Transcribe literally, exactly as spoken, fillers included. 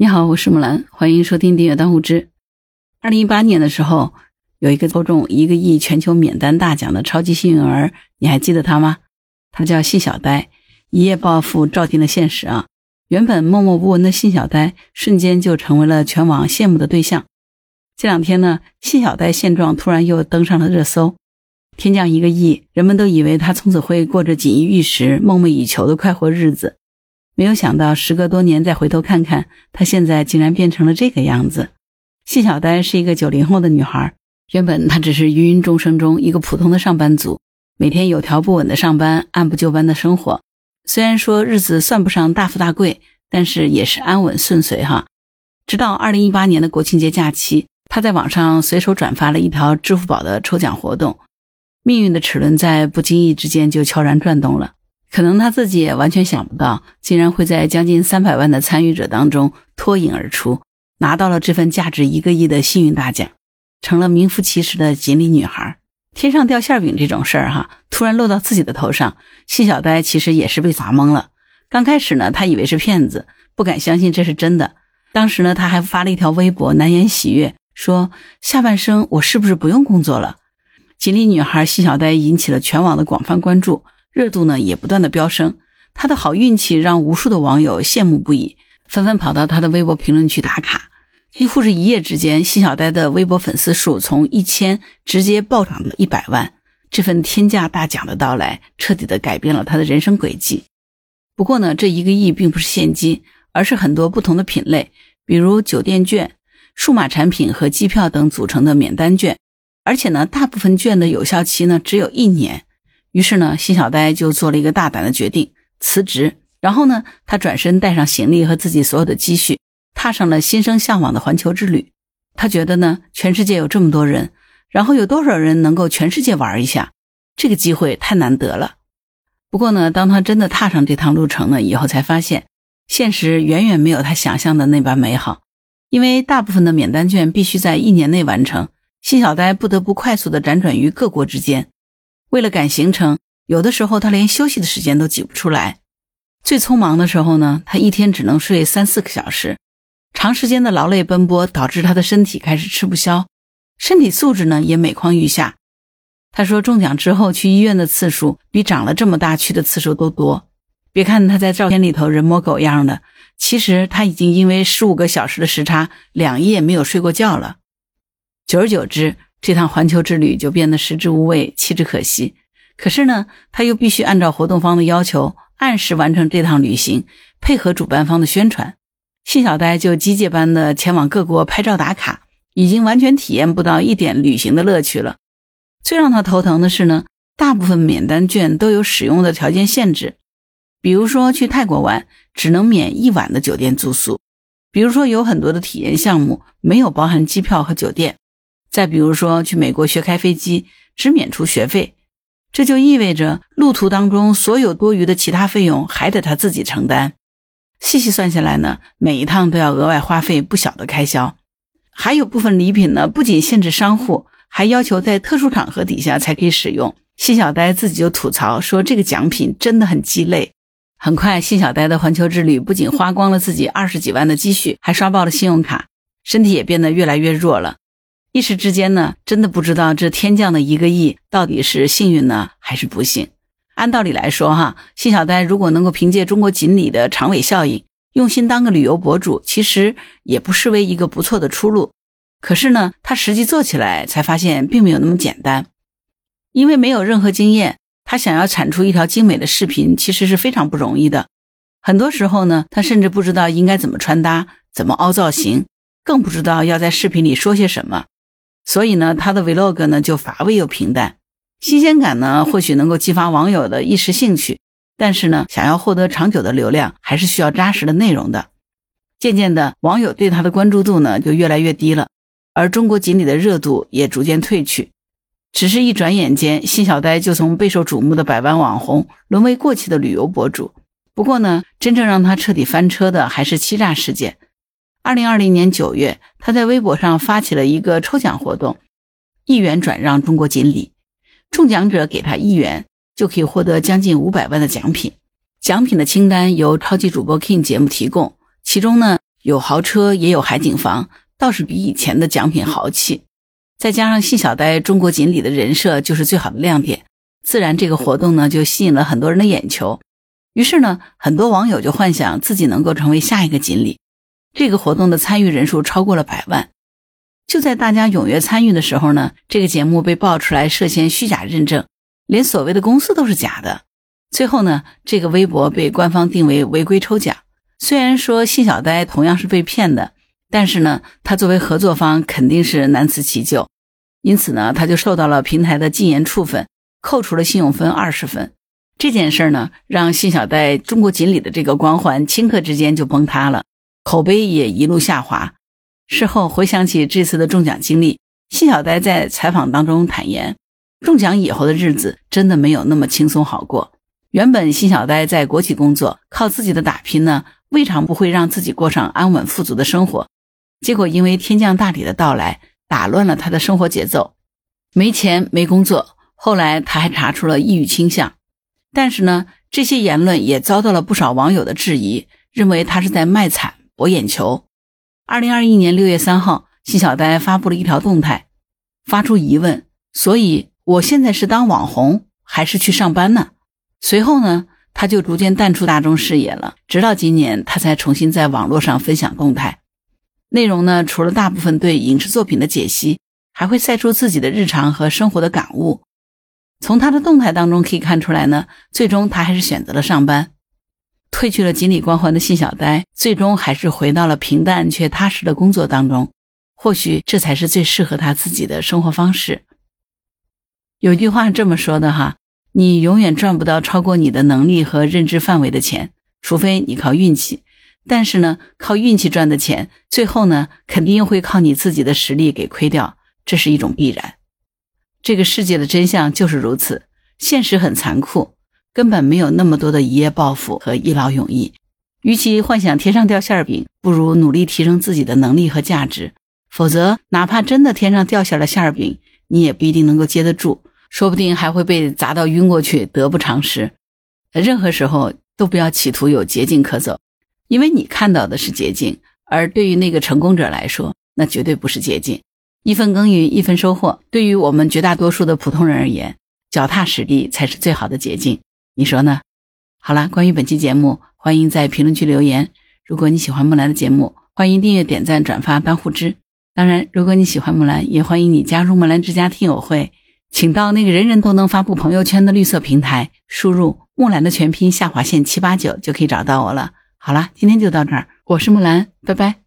你好，我是木兰，欢迎收听订阅当户知。二零一八年的时候，有一个抽中一个亿全球免单大奖的超级幸运儿，你还记得他吗？他叫信小呆，一夜暴富照进了现实啊！原本默默无闻的信小呆，瞬间就成为了全网羡慕的对象。这两天呢，信小呆现状突然又登上了热搜，天降一个亿，人们都以为他从此会过着锦衣玉食、梦寐以求的快活日子。没有想到时隔多年再回头看看，她现在竟然变成了这个样子。信小呆是一个九零后的女孩，原本她只是芸芸众生中一个普通的上班族，每天有条不紊的上班，按部就班的生活。虽然说日子算不上大富大贵，但是也是安稳顺遂哈。直到二零一八年的国庆节假期，她在网上随手转发了一条支付宝的抽奖活动，命运的齿轮在不经意之间就悄然转动了。可能他自己也完全想不到，竟然会在将近三百万的参与者当中脱颖而出，拿到了这份价值一个亿的幸运大奖，成了名副其实的锦鲤女孩。天上掉馅饼这种事儿哈，突然落到自己的头上，信小呆其实也是被砸懵了。刚开始呢，他以为是骗子，不敢相信这是真的。当时呢，他还发了一条微博难言喜悦，说下半生我是不是不用工作了？锦鲤女孩信小呆引起了全网的广泛关注，热度呢也不断的飙升，他的好运气让无数的网友羡慕不已，纷纷跑到他的微博评论区打卡。几乎是一夜之间，信小呆的微博粉丝数从一千直接暴涨了一百万。这份天价大奖的到来，彻底的改变了他的人生轨迹。不过呢，这一个亿并不是现金，而是很多不同的品类，比如酒店券、数码产品和机票等组成的免单券，而且呢，大部分券的有效期呢只有一年。于是呢，信小呆就做了一个大胆的决定，辞职。然后呢，他转身带上行李和自己所有的积蓄，踏上了心生向往的环球之旅。他觉得呢，全世界有这么多人，然后有多少人能够全世界玩一下，这个机会太难得了。不过呢，当他真的踏上这趟路程呢，以后才发现，现实远远没有他想象的那般美好。因为大部分的免单券必须在一年内完成，信小呆不得不快速地辗转于各国之间。为了赶行程，有的时候他连休息的时间都挤不出来。最匆忙的时候呢，他一天只能睡三四个小时。长时间的劳累奔波导致他的身体开始吃不消，身体素质呢也每况愈下。他说中奖之后去医院的次数比长了这么大去的次数都多。别看他在照片里头人模狗样的，其实他已经因为十五个小时的时差，两夜没有睡过觉了。久而久之，这趟环球之旅就变得食之无味，弃之可惜。可是呢，他又必须按照活动方的要求，按时完成这趟旅行，配合主办方的宣传。信小呆就机械般的前往各国拍照打卡，已经完全体验不到一点旅行的乐趣了。最让他头疼的是呢，大部分免单券都有使用的条件限制。比如说去泰国玩，只能免一晚的酒店住宿；比如说有很多的体验项目没有包含机票和酒店；再比如说去美国学开飞机，只免除学费。这就意味着路途当中所有多余的其他费用还得他自己承担。细细算下来呢，每一趟都要额外花费不小的开销。还有部分礼品呢，不仅限制商户，还要求在特殊场合底下才可以使用。信小呆自己就吐槽说，这个奖品真的很鸡肋。很快，信小呆的环球之旅不仅花光了自己二十几万的积蓄，还刷爆了信用卡，身体也变得越来越弱了。一时之间呢，真的不知道这天降的一个亿到底是幸运呢还是不幸。按道理来说哈，信小呆如果能够凭借中国锦鲤的长尾效应，用心当个旅游博主，其实也不失为一个不错的出路。可是呢，他实际做起来才发现并没有那么简单。因为没有任何经验，他想要产出一条精美的视频其实是非常不容易的。很多时候呢，他甚至不知道应该怎么穿搭，怎么凹造型，更不知道要在视频里说些什么。所以呢，他的 vlog 呢就乏味又平淡。新鲜感呢或许能够激发网友的一时兴趣，但是呢，想要获得长久的流量，还是需要扎实的内容的。渐渐的，网友对他的关注度呢就越来越低了，而中国锦鲤的热度也逐渐退去。只是一转眼间，信小呆就从备受瞩目的百万网红沦为过气的旅游博主。不过呢，真正让他彻底翻车的还是欺诈事件。二零二零年九月，他在微博上发起了一个抽奖活动，一元转让中国锦鲤，中奖者给他一元就可以获得将近五百万的奖品。奖品的清单由超级主播 King 节目提供，其中呢有豪车也有海景房，倒是比以前的奖品豪气。再加上信小呆中国锦鲤的人设就是最好的亮点，自然这个活动呢就吸引了很多人的眼球。于是呢，很多网友就幻想自己能够成为下一个锦鲤。这个活动的参与人数超过了百万。就在大家踊跃参与的时候呢，这个节目被爆出来涉嫌虚假认证，连所谓的公司都是假的。最后呢，这个微博被官方定为违规抽奖。虽然说信小呆同样是被骗的，但是呢，他作为合作方肯定是难辞其咎。因此呢，他就受到了平台的禁言处分，扣除了信用分二十分。这件事呢，让信小呆中国锦鲤的这个光环顷刻之间就崩塌了，口碑也一路下滑。事后回想起这次的中奖经历，信小呆在采访当中坦言，中奖以后的日子真的没有那么轻松好过。原本信小呆在国企工作，靠自己的打拼呢，未尝不会让自己过上安稳富足的生活。结果因为天降大礼的到来，打乱了他的生活节奏，没钱没工作，后来他还查出了抑郁倾向。但是呢，这些言论也遭到了不少网友的质疑，认为他是在卖惨博眼球。二零二一年六月三号，信小呆发布了一条动态，发出疑问，所以我现在是当网红还是去上班呢？随后呢，他就逐渐淡出大众视野了，直到今年他才重新在网络上分享动态。内容呢，除了大部分对影视作品的解析，还会晒出自己的日常和生活的感悟。从他的动态当中可以看出来呢，最终他还是选择了上班。褪去了锦鲤光环的信小呆，最终还是回到了平淡却踏实的工作当中。或许这才是最适合他自己的生活方式。有句话这么说的哈，你永远赚不到超过你的能力和认知范围的钱，除非你靠运气。但是呢，靠运气赚的钱，最后呢，肯定又会靠你自己的实力给亏掉，这是一种必然。这个世界的真相就是如此，现实很残酷，根本没有那么多的一夜暴富和一劳永逸。与其幻想天上掉馅饼，不如努力提升自己的能力和价值。否则，哪怕真的天上掉下了馅饼，你也不一定能够接得住，说不定还会被砸到晕过去，得不偿失。任何时候都不要企图有捷径可走，因为你看到的是捷径，而对于那个成功者来说，那绝对不是捷径。一分耕耘一分收获，对于我们绝大多数的普通人而言，脚踏实地才是最好的捷径，你说呢？好了，关于本期节目，欢迎在评论区留言。如果你喜欢木兰的节目，欢迎订阅点赞转发当护知。当然，如果你喜欢木兰，也欢迎你加入木兰之家听友会，请到那个人人都能发布朋友圈的绿色平台，输入木兰的全拼下划线七八九就可以找到我了。好了，今天就到这儿，我是木兰，拜拜。